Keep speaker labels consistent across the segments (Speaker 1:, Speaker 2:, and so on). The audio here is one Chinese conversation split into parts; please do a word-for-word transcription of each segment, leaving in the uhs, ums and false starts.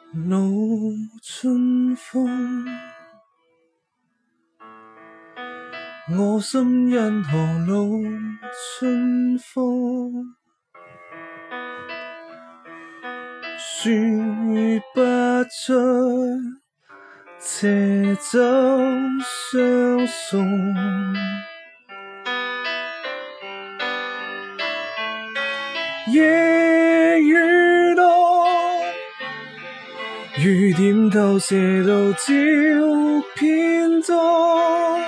Speaker 1: 怒春风，我心因何怒春风？说不出，斜走相送。夜雨多，雨點投射到照片中，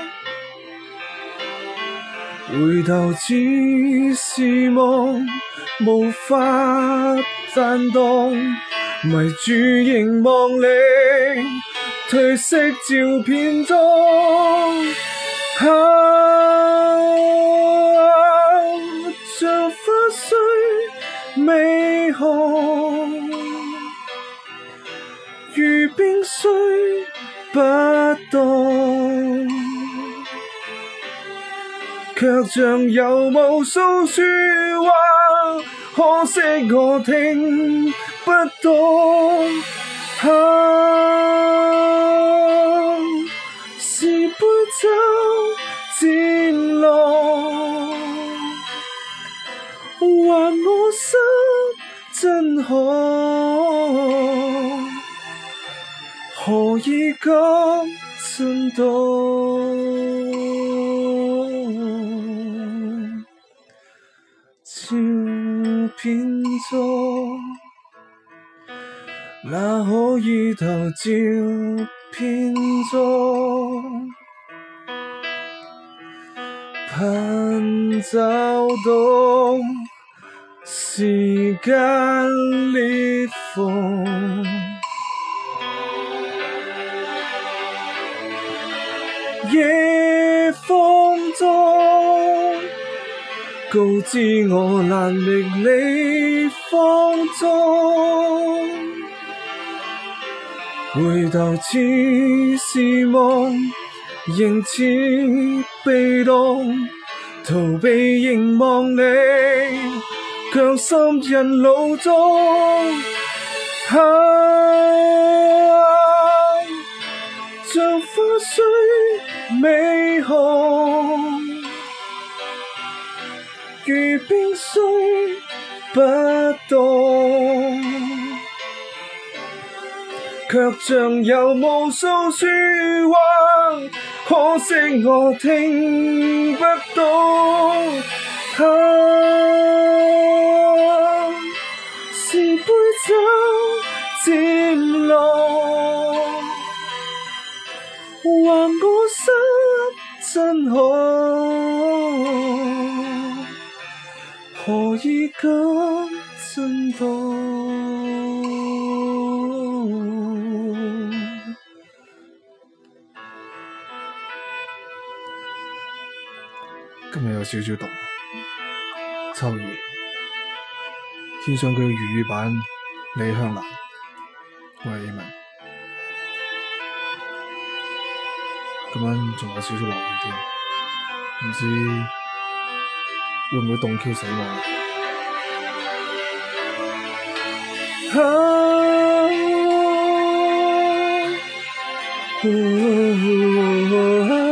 Speaker 1: 回頭似是夢，無法彈動，迷住凝望你褪色照片中。啊，像花雖美紅，如冰雖不凍，卻像有無數說話，可惜我聽不懂。啊，是杯酒漸濃，還我心真好，何以咁震動？照片中，那可以投照片中，盼找到時間裂縫。夜風中，告知我難覓你放縱，回頭似是夢，仍似被動，逃避凝望你，卻心印腦中。啊，像花雖美紅，如冰雖不凍，卻像有無數說話，可惜我聽不懂。啊，是杯酒漸濃，還我心真好，何以咁震動？今日有少少凍，秋夜，獻上佢嘅粵語版李香蘭，我係 Amen。今晚仲有少少落雨添，唔知會唔會凍 Q 死我？啊，哦哦哦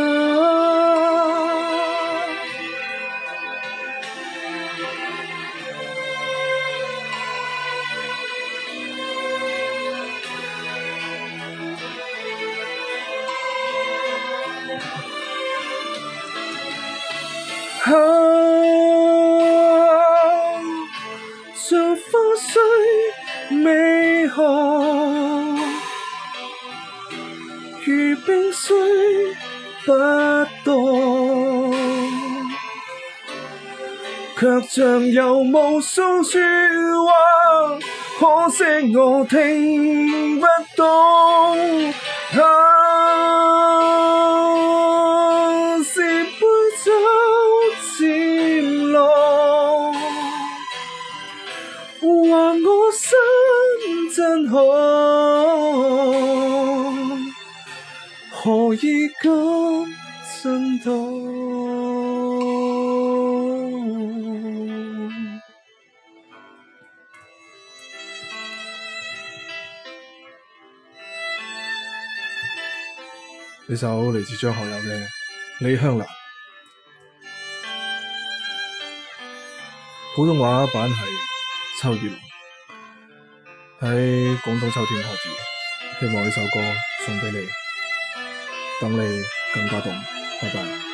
Speaker 1: 啊，像花雖美紅，如冰雖不凍，卻像有無數說話，可惜我聽不懂。啊，是杯酒漸濃，還我心真好，何以咁震動？ 呢首嚟自張學友嘅《李香蘭》，普通話版係秋雨濃，喺廣東秋天開始，希望呢首歌送俾你，等你更加凍，拜拜。